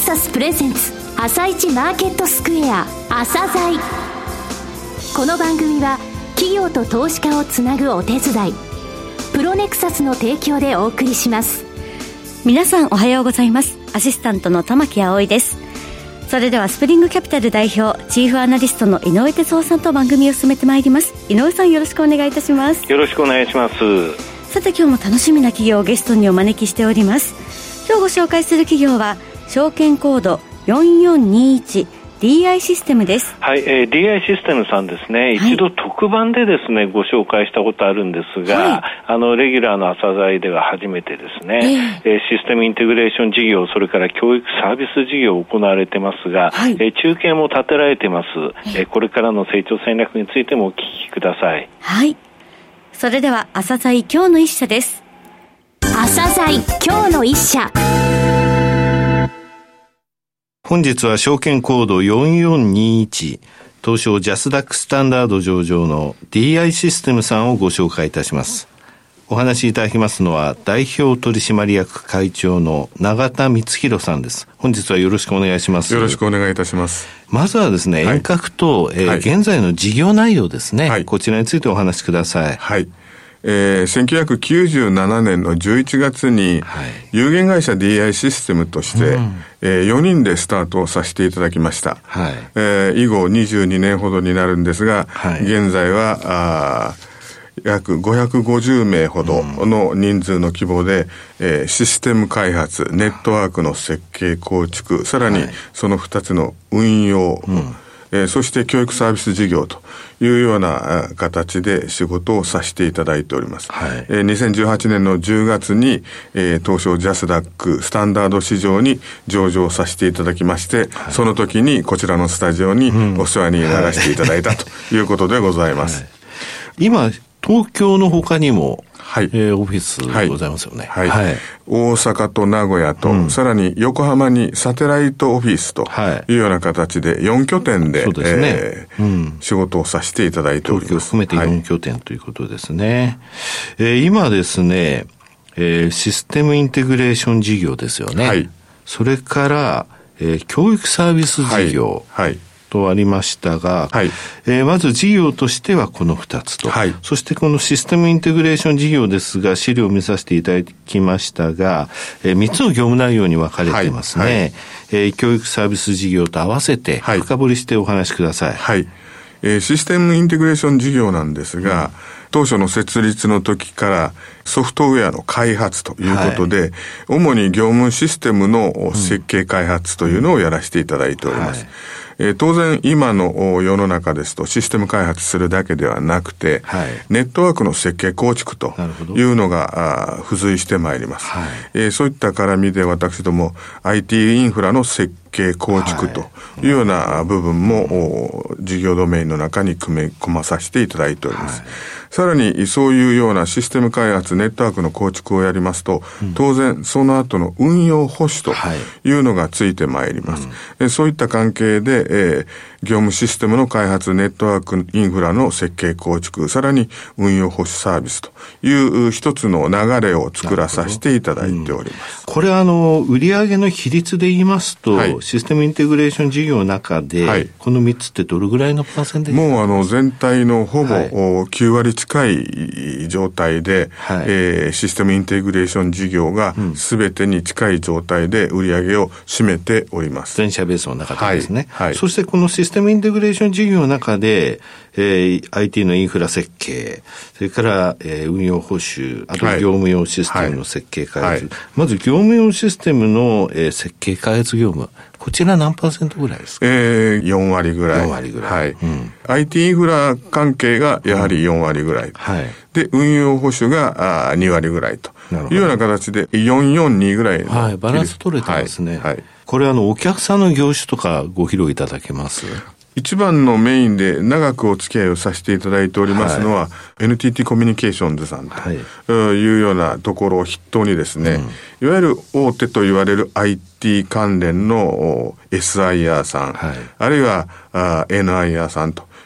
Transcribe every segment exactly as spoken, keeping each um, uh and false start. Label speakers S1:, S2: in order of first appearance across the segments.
S1: サスプレゼンツ朝一マーケットスクエア朝鮮。この番組は企業と投資家をつなぐお手伝い、プロネクサスの提供でお送りします。
S2: 皆さんおはようございます。アシスタントの玉木葵です。それではスプリングキャピタル代表チーフアナリストの井上哲夫さんと番組を進めてまいります。井上さん、よろしくお願いいたします。
S3: よろしくお願いします。
S2: さて、今日も楽しみな企業をゲストにお招きしております。今日ご紹介する企業は証券コードよんよんにいち ディーアイ システムです。
S3: はい、えー、ディーアイ システムさんですね、はい、一度特番でですねご紹介したことあるんですが、はい、あのレギュラーの朝鮮では初めてですね、えーえー、システムインテグレーション事業、それから教育サービス事業を行われてますが、はい、えー、中継も立てられてます。えー、これからの成長戦略についてもお聞きください。
S2: はい、それでは朝鮮今日の一社です。
S1: 朝鮮今日の一社。
S4: 本日は証券コードよんよんにいち東証ジャスダックスタンダード上場の ディーアイ システムさんをご紹介いたします。お話しいただきますのは代表取締役会長の永田光弘さんです。本日はよろしくお願いします。
S5: よろしくお願いいたします。
S4: まずはですね、
S5: はい、
S4: 遠隔と、えーはい、現在の事業内容ですね、はい、こちらについてお話しください。
S5: はい、えー、せんきゅうひゃくきゅうじゅうななねんのじゅういちがつに、はい、有限会社 ディーアイ システムとして、うん、えー、よにんでスタートをさせていただきました。はい、えー、以後にじゅうにねんほどになるんですが、はい、現在はあ約ごひゃくごじゅうめいほどの人数の規模で、うん、えー、システム開発、ネットワークの設計構築、さらにそのふたつの運用、うん、えー、そして教育サービス事業というような形で仕事をさせていただいております。はい、えー、にせんじゅうはちねんのじゅうがつに、えー、東証ジャスダックスタンダード市場に上場させていただきまして、はい、その時にこちらのスタジオにお世話にならせていただいた、うん、ということでございます。はい、
S4: 今東京の他にも、
S5: はい、
S4: えー、オフィスございますよね。
S5: はいはいはい、大阪と名古屋と、うん、さらに横浜にサテライトオフィスというような形でよんきょてんで、そうですね、えーうん、仕事をさせていただいております。
S4: 東京含めてよんきょてん、はい、ということですね。えー、今ですね、えー、システムインテグレーション事業ですよね。はい、それから、えー、教育サービス事業。はい、はいとありましたが、はい、えー、まず事業としてはこのふたつと、はい、そしてこのシステムインテグレーション事業ですが、資料を見させていただきましたが、えー、みっつの業務内容に分かれてますね。はいはい、えー、教育サービス事業と合わせて深掘りしてお話しください。
S5: はい、えー、システムインテグレーション事業なんですが、うん、当初の設立の時からソフトウェアの開発ということで、はい、主に業務システムの設計開発というのをやらせていただいております。はい、えー、当然今の世の中ですとシステム開発するだけではなくて、はい、ネットワークの設計構築というのが付随してまいります。はい、えー、そういった絡みで私ども アイティー インフラの設計構築というような部分も事業ドメインの中に組み込まさせていただいております。はい、さらにそういうようなシステム開発、ネットワークの構築をやりますと、うん、当然その後の運用保守というのがついてまいります。はい、うん、そういった関係で、えー、業務システムの開発、ネットワークインフラの設計構築、さらに運用保守サービスという一つの流れを作らさせていただいております。
S4: うん、これあの売上の比率で言いますと、はい、システムインテグレーション事業の中で、はい、このみっつってどれぐらいのパーセンテージですか？
S5: もうあの全体のほぼきゅうわり近い状態で、はい、えー、システムインテグレーション事業が全てに近い状態で売上を占めております。
S4: 全社ベースの中でですね。はいはい、そしてこのシステムインテグレーション事業の中で、えー、アイティー のインフラ設計、それから、えー、運用保守、あと業務用システムの設計開発、はいはい、まず業務用システムの、えー、設計開発業務、こちら何パーセントぐらいですか？
S5: えー、よんわりぐらい。
S4: よんわりぐらい。はい。うん、
S5: アイティー インフラ関係がやはりよんわりぐらい。うん、はい。で、運用保守があにわりぐらいというような形でよんよんにぐらいの。
S4: はい。バランス取れてますね。はい。はい、これあの、お客さんの業種とかご披露いただけます？
S5: 一番のメインで長くお付き合いをさせていただいておりますのは、はい、エヌティーティー コミュニケーションズさんというようなところを筆頭にですね、うん、いわゆる大手と言われる アイティー 関連の エスアイアール さん、はい、あるいは エヌアイアール さんと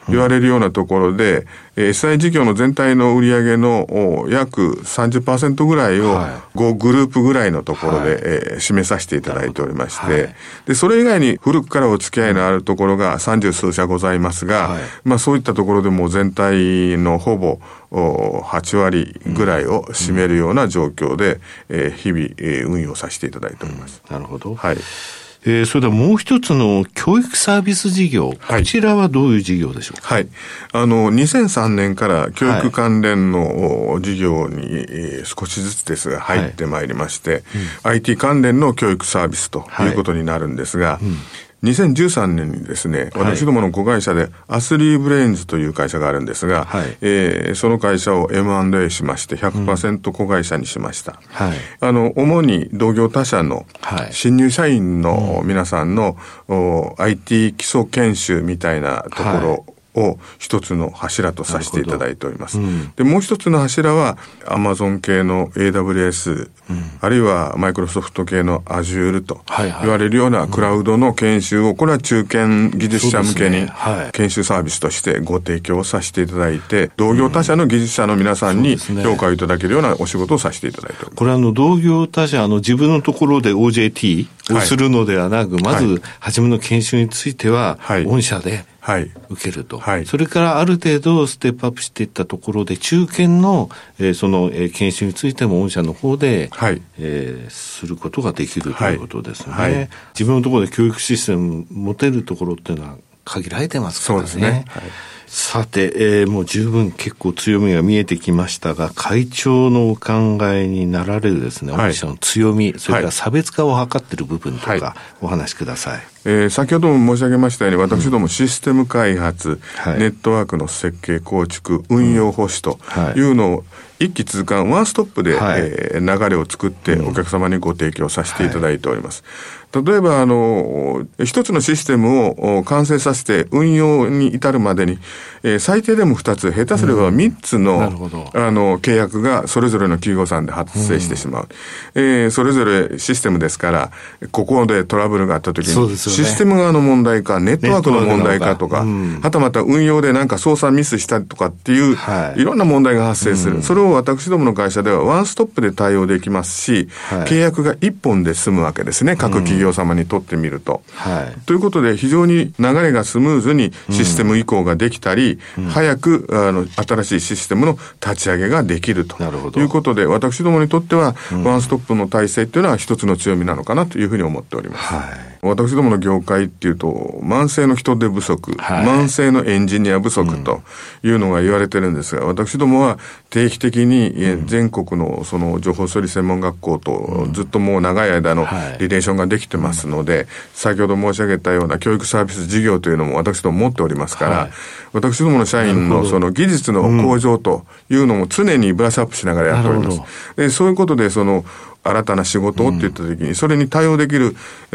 S5: 言われるようなところで、うん、エスアイ 事業の全体の売上の約 さんじゅっパーセント ぐらいをごグループぐらいのところで、はい、えー、占めさせていただいておりまして、はい、でそれ以外に古くからお付き合いのあるところがさんじゅうすうしゃございますが、はい、まあ、そういったところでも全体のほぼはちわりぐらいを占めるような状況で、うん、えー、日々、えー、運用させていただいております。
S4: うん、なるほど。
S5: はい。
S4: えー、それではもう一つの教育サービス事業、はい、こちらはどういう事業でしょうか。
S5: はい。あの、にせんさんねんから教育関連の事業に、えー、少しずつですが入ってまいりまして、はい、うん、アイティー 関連の教育サービスということになるんですが、はい、うん、にせんじゅうさんねんにですね、私どもの子会社でアスリーブレインズという会社があるんですが、はい、えー、その会社を エムアンドエー しまして ひゃくパーセント 子会社にしました。はい、あの、主に同業他社の新入社員の皆さんの、はい、アイティー 基礎研修みたいなところ、はい、を一つの柱とさせていただいております。うん、で、もう一つの柱は Amazon 系の エーダブリューエス、うん、あるいはマイクロソフト系の Azure と言われるようなクラウドの研修を、これは中堅技術者向けに研修サービスとしてご提供させていただいて、同業他社の技術者の皆さんに評価をいただけるようなお仕事をさせていただいております。
S4: これはあの同業他社の自分のところで オージェーティー をするのではなく、はい、まず初めの研修については御社で、はい、受けると、はい、それからある程度ステップアップしていったところで中堅の、えー、その、えー、研修についても御社の方で、はい、えー、することができるということですね、はいはい、自分のところで教育システム持てるところっていうのは限られてますからね。
S5: そうですね、はい、
S4: さて、えー、もう十分結構強みが見えてきましたが、会長のお考えになられるですね、はい、御社の強み、それから差別化を図っている部分とか、はい、お話しください。
S5: えー、先ほども申し上げましたように、私どもシステム開発、うん、はい、ネットワークの設計構築、運用保守というのを一気通貫ワンストップで、はい、えー、流れを作ってお客様にご提供させていただいております。はい、例えばあの一つのシステムを完成させて運用に至るまでに、えー、最低でもふたつ、下手すればみっつの、うん、あの契約がそれぞれの企業さんで発生してしまう、うん、えー、それぞれシステムですから、ここでトラブルがあったときに、ね、システム側の問題かネットワークの問題かとか、うん、はたまた運用でなんか操作ミスしたとかっていう、はい、いろんな問題が発生する、うん、それを私どもの会社ではワンストップで対応できますし、はい、契約がいっぽんで済むわけですね、各企業様にとってみると、うん、はい、ということで非常に流れがスムーズにシステム移行ができたり、うん、早くあの新しいシステムの立ち上げができるということで、私どもにとっては、うん、ワンストップの体制っていうのは一つの強みなのかなというふうに思っております、はい、私どもの業界っていうと慢性の人手不足、はい、慢性のエンジニア不足というのが言われてるんですが、私どもは定期的に、うん、全国のその情報処理専門学校とずっともう長い間のリレーションができてますので、はい、先ほど申し上げたような教育サービス事業というのも私ども持っておりますから、はい、私どもの社員のその技術の向上というのも常にブラッシュアップしながらやっております。で、そういうことでその新たな仕事をって言ったときに、それに対応できる、うん、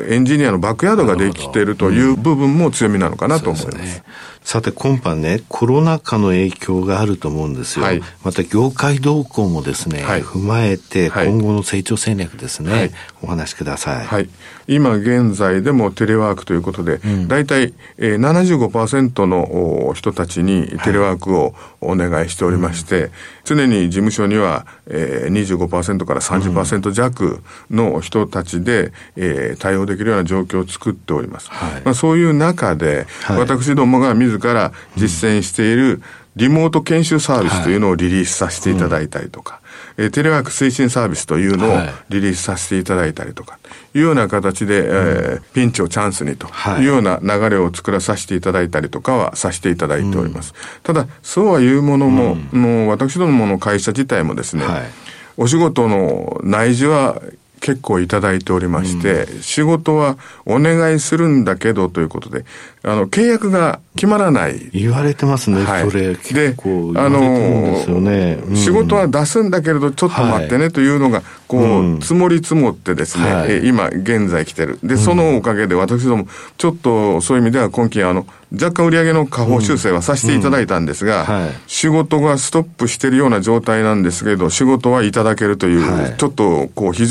S5: エンジニアのバックヤードができているという部分も強みなのかなと思います。うん、ね、
S4: さて今般ね、コロナ禍の影響があると思うんですよ。はい、また業界動向もですね、はい、踏まえて今後の成長戦略ですね、はい、お話しください。
S5: はい、今現在でもテレワークということで、うん、だいたい ななじゅうごパーセント の人たちにテレワークをお願いしておりまして、はい、うん、常に事務所には にじゅうごパーセント から さんじゅっパーセント 弱の人たちで、えー、対応できるような状況を作っております。はい、まあ、そういう中で、はい、私どもが自ら実践しているリモート研修サービスというのをリリースさせていただいたりとか、はい、うん、テレワーク推進サービスというのをリリースさせていただいたりとかいうような形で、うん、えー、ピンチをチャンスにというような流れを作らさせていただいたりとかはさせていただいております。うん、ただそうはいうものも、うん、もう私どもの会社自体もですね、はい、お仕事の内示は結構いただいておりまして、うん、仕事はお願いするんだけどということで、あの契約が決まらない。
S4: 言われてますね、はい、それ結構言われてるんですよね。
S5: うん、仕事は出すんだけれどちょっと待ってねというのがこう、うん、積もり積もってですね、はい、今現在来てる。で、そのおかげで私どもちょっとそういう意味では今期あの若干売上の下方修正はさせていただいたんですが、うんうん、はい、仕事がストップしているような状態なんですけど、仕事はいただけるという、はい、ちょっとこう非常に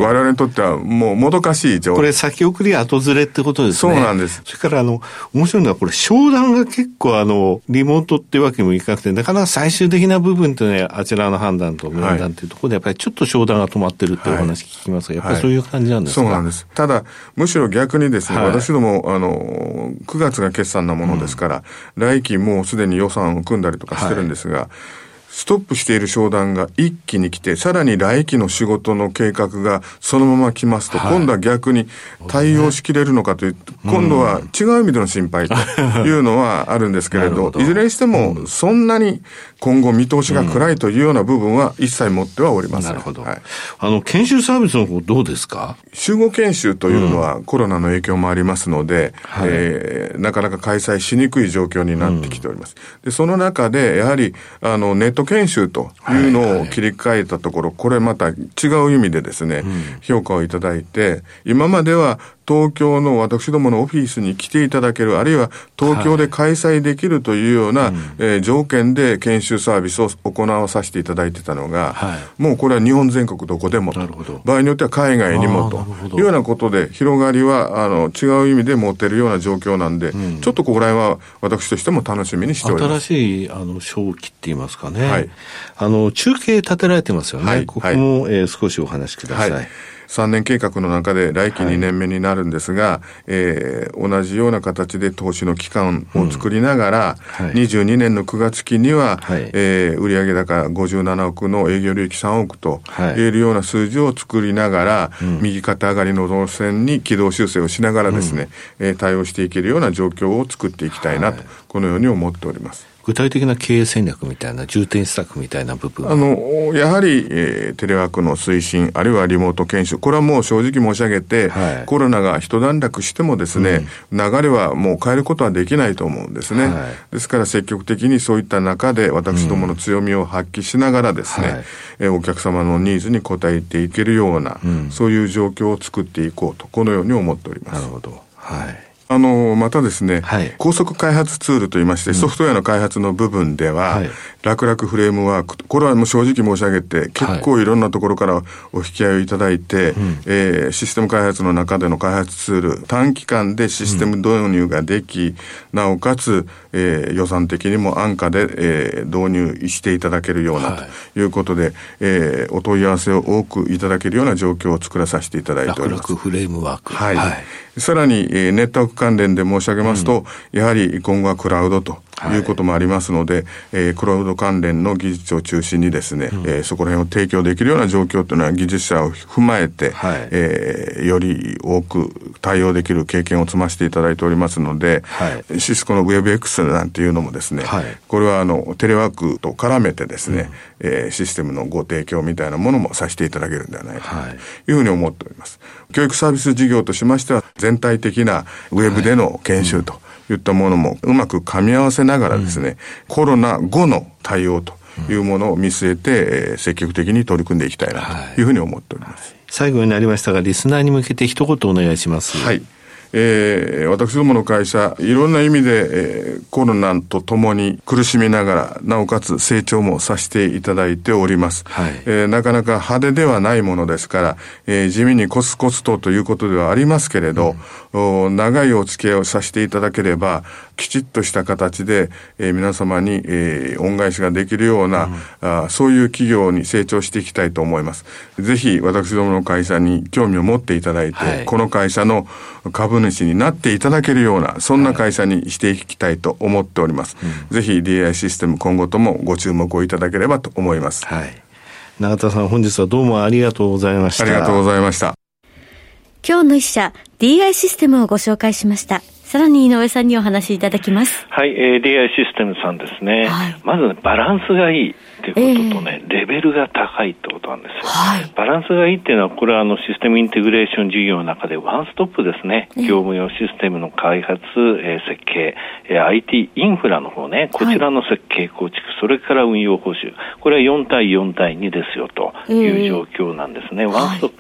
S5: 我々にとってはもうもどかしい状況。
S4: これ先送り後ずれってことですね。
S5: そうなんです。
S4: それからあの面白いのはこれ商談が結構あのリモートってわけにもいかなくて、なかなか最終的な部分ってね、あちらの判断と面談っていうところでやっぱりちょっと商談が止まってるっていうお話聞きますが、はい、やっぱりそういう感じなんですか。
S5: はい、そうなんです。ただむしろ逆にですね、はい、私どもあのくがつが決算なものですから、うん、来期もうすでに予算を組んだりとかしてるんですが、はい、ストップしている商談が一気に来て、さらに来期の仕事の計画がそのまま来ますと、はい、今度は逆に対応しきれるのかという、今度は違う意味での心配というのはあるんですけれど、いずれにしてもそんなに今後見通しが暗いというような部分は一切持ってはおりません。
S4: なるほど。はい、あの研修サービスの方どうですか。
S5: 集合研修というのはコロナの影響もありますので、うん、えー、なかなか開催しにくい状況になってきております。うん、でその中でやはりあのネット研修というのを切り替えたところ、はいはい、これまた違う意味でですね、うん、評価をいただいて、今までは東京の私どものオフィスに来ていただける、あるいは東京で開催できるというような、はい、えー、条件で研修サービスを行わさせていただいてたのが、はい、もうこれは日本全国どこでもと、場合によっては海外にもというようなことで、広がりはあの違う意味で持っているような状況なんで、うん、ちょっとここら辺は私としても楽しみにしております。
S4: 新しいあの正気って言いますかね、はい、あの中継立てられてますよね、はい、ここも、はい、えー、少しお話しください。はい、
S5: さんねん計画の中で来期にねんめになるんですが、はい、えー、同じような形で投資の期間を作りながら、うん、はい、にじゅうにねんのくがつ期には、はい、えー、売上高ごじゅうななおくの営業利益さんおくと言えるような数字を作りながら、はい、右肩上がりの路線に軌道修正をしながらですね、うん、えー、対応していけるような状況を作っていきたいなと、はい、このように思っております。
S4: 具体的な経営戦略みたいな重点施策みたいな部分、
S5: あのやはり、えー、テレワークの推進、あるいはリモート研修、これはもう正直申し上げて、はい、コロナが一段落してもですね、うん、流れはもう変えることはできないと思うんですね、はい、ですから積極的にそういった中で私どもの強みを発揮しながらですね、うん、はい、えー、お客様のニーズに応えていけるような、うん、そういう状況を作っていこうと、このように思っております。
S4: なるほど。はい。
S5: あのまたですね、はい、高速開発ツールといいまして、ソフトウェアの開発の部分では、はい、楽々フレームワーク、これはもう正直申し上げて結構いろんなところからお引き合いをいただいて、はい、えー、システム開発の中での開発ツール、短期間でシステム導入ができ、うん、なおかつ、えー、予算的にも安価で、えー、導入していただけるようなということで、はい、えー、お問い合わせを多くいただけるような状況を作らさせていただいております。
S4: 楽々フレームワーク、
S5: はい、はい、さらに、えー、ネットワーク関連で申し上げますと、うん、やはり今後はクラウドということもありますので、はい、えー、クラウド関連の技術を中心にですね、うん、えー、そこら辺を提供できるような状況というのは技術者を踏まえて、はい、えー、より多く対応できる経験を積ませていただいておりますので、はい、シスコの ウェブエックス なんていうのもですね、はい、これはあのテレワークと絡めてですね、うん、えー、システムのご提供みたいなものもさせていただけるんではないかというふうに思っております。教育サービス事業としましては全体的なウェブでの研修といったものもうまく噛み合わせながらですね、うん、コロナ後の対応というものを見据えて、えー、積極的に取り組んでいきたいなというふうに思っております。はい、
S4: 最後になりましたがリスナーに向けて一言お願いします。
S5: はい、えー、私どもの会社いろんな意味で、えー、コロナとともに苦しみながらなおかつ成長もさせていただいております。はい、えー、なかなか派手ではないものですから、えー、地味にコツコツとということではありますけれど、うん、長いお付き合いをさせていただければきちっとした形で、えー、皆様に、えー、恩返しができるような、うん、あそういう企業に成長していきたいと思います。ぜひ私どもの会社に興味を持っていただいて、はい、この会社の株主になっていただけるようなそんな会社にしていきたいと思っております。はい、ぜひ ディーアイ システム今後ともご注目をいただければと思います。
S4: はい、永田さん本日はどうもありがとうございました。
S5: ありがとうございました。
S2: 今日の一社 ディーアイ システムをご紹介しました。さらに井上さんにお話しいただきます。
S3: はい、えー、ディーアイ システムさんですね、はい、まず、ね、バランスがいいっていうこととね、えー、レベルが高いってことなんですよ。はい、バランスがいいっていうのはこれはあのシステムインテグレーション事業の中でワンストップですね。業務用システムの開発、えー、設計、えー、アイティー インフラの方ね、こちらの設計構築、はい、それから運用報酬、これはよん対よん対にですよという状況なんですね。えー、ワンストップ、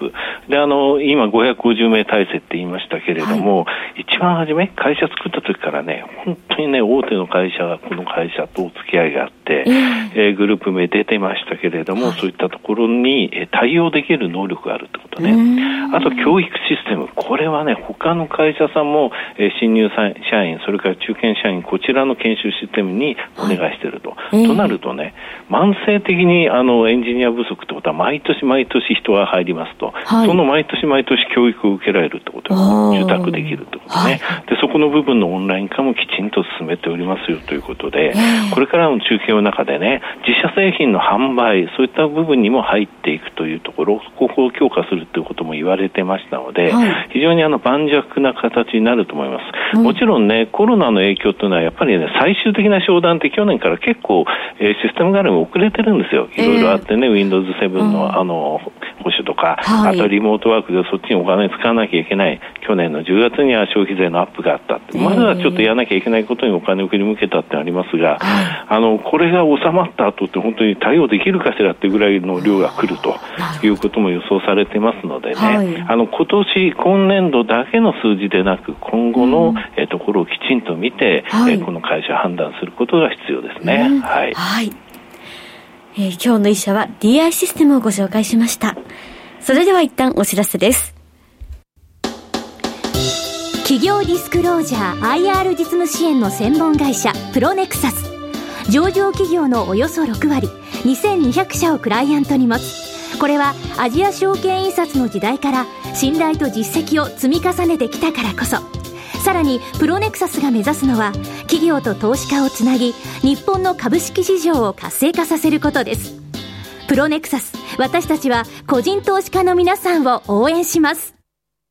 S3: で、あの、今ごひゃくごじゅうめい体制って言いましたけれども、はい、一番初め、会社作った時からね、本当にね、大手の会社がこの会社とお付き合いがあって、えーえー、グループ名出てましたけれども、はい、そういったところに、えー、対応できる能力があるってことね。あと、教育システム。これはね、他の会社さんも、えー、新入社員、それから中堅社員、こちらの研修システムにお願いしていると。はい、となるとね、慢性的にあのエンジニア不足ってことは毎年毎年人が入りますと、はい、その毎年毎年教育を受けられるってことが受託できるってことね、はい、でそこの部分のオンライン化もきちんと進めておりますよということで、これからの中継の中でね、自社製品の販売、そういった部分にも入っていくというところ、ここを強化するということも言われてましたので、はい、非常にあの盤石な形になると思います、うん、もちろんね、コロナの影響というのはやっぱりね、最終的な商談って去年から結構、えー、システムがあるも遅れてるんですよ。いろいろあってね、えー、ウィンドウズセブン の、うん、あの保守とか、はい、あとリモートワークでそっちにお金使わなきゃいけない。去年のじゅうがつには消費税のアップがあった。まずはちょっとやらなきゃいけないことにお金を振り向けたってありますが、はい、あのこれが収まった後って本当に対応できるかしらっていうぐらいの量が来るということも予想されてますのでね、はい、あの今年今年度だけの数字でなく今後の、うんえー、ところをきちんと見て、はいえー、この会社判断することが必要ですね、うんはい
S2: はいえー、今日の一社は ディーアイ システムをご紹介しました。それでは一旦お知らせです。
S1: 企業ディスクロージャー アイアール 実務支援の専門会社プロネクサス。上場企業のおよそろくわり、にせんにひゃくしゃをクライアントに持つ。これはアジア証券印刷の時代から信頼と実績を積み重ねてきたからこそ。さらにプロネクサスが目指すのは企業と投資家をつなぎ、日本の株式市場を活性化させることです。プロネクサス、私たちは個人投資家の皆さんを応援します。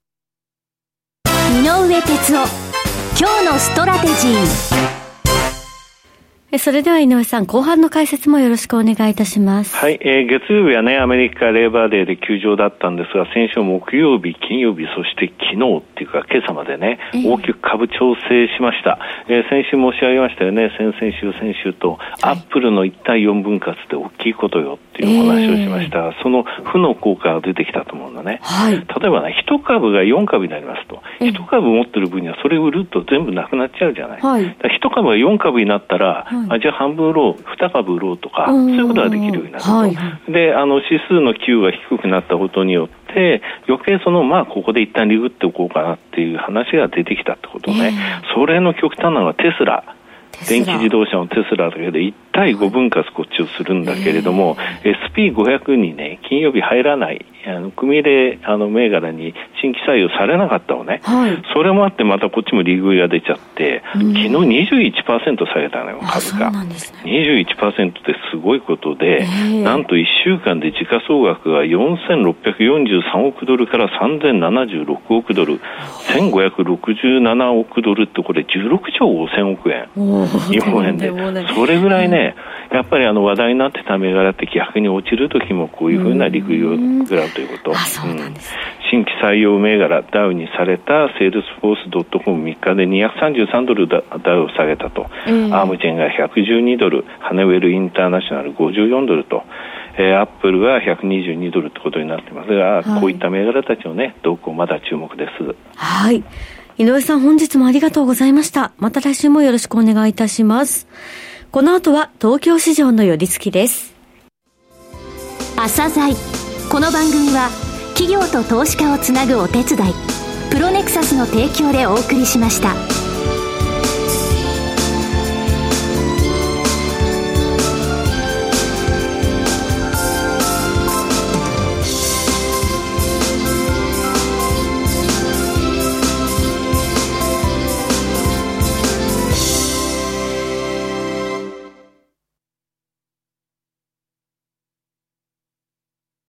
S1: 井上哲夫、今日のストラテジー。
S2: それでは井上さん、後半の解説もよろしくお願いいたします。
S3: はい、えー、月曜日はね、アメリカレーバーデーで休場だったんですが、先週木曜日、金曜日、そして昨日っていうか今朝までね、大きく株調整しました。えー、先週申し上げましたよね、先々週、先週と、はい、アップルのいち対よん分割って大きいことよっていうお話をしました。えー、その負の効果が出てきたと思うんだね。はい、例えばね、いち株がよん株になりますと、いち株持ってる分にはそれ売ると全部なくなっちゃうじゃない。はい、だからいち株がよん株になったら、はいあじゃあ半分売ろう、に株売ろうとか、そういうことができるようになると。はい、で、あの指数の Q が低くなったことによって、余計その、まあ、ここで一旦リグっておこうかなっていう話が出てきたってことね。えー、それの極端なのはテスラ。電気自動車のテスラだけでいち対ご分割こっちをするんだけれども、えー、エスピーごひゃく にね、金曜日入らない、あの組入れあの銘柄に新規採用されなかったのね。はい、それもあってまたこっちも利食いが出ちゃって、昨日 にじゅういちパーセント 下げたのよ、株価。ね、にじゅういちパーセント ってすごいことで、なんといっしゅうかんで時価総額がよんせんろっぴゃくよんじゅうさんおくドルからさんぜんななじゅうろくおくドル、せんごひゃくろくじゅうななおくドルってこれじゅうろくちょうごせんおくえん。日本円で。それぐらいね、やっぱりあの話題になってた銘柄って逆に落ちるときもこういうふうな利食いを食らうということ。うん、新規採用銘柄ダウにされたセールスフォース ドットコムみっかでにひゃくさんじゅうさんドルダウを下げたと、うん、アームチェンがひゃくじゅうにドル、ハネウェルインターナショナルごじゅうよんドルと、えー、アップルはひゃくにじゅうにドルってことになってますが、はい、こういった銘柄たちのね動向まだ注目です。
S2: はい、井上さん本日もありがとうございました。また来週もよろしくお願いいたします。この後は東京市場の寄り付きです。
S1: 朝鮮、この番組は企業と投資家をつなぐお手伝い、プロネクサスの提供でお送りしました。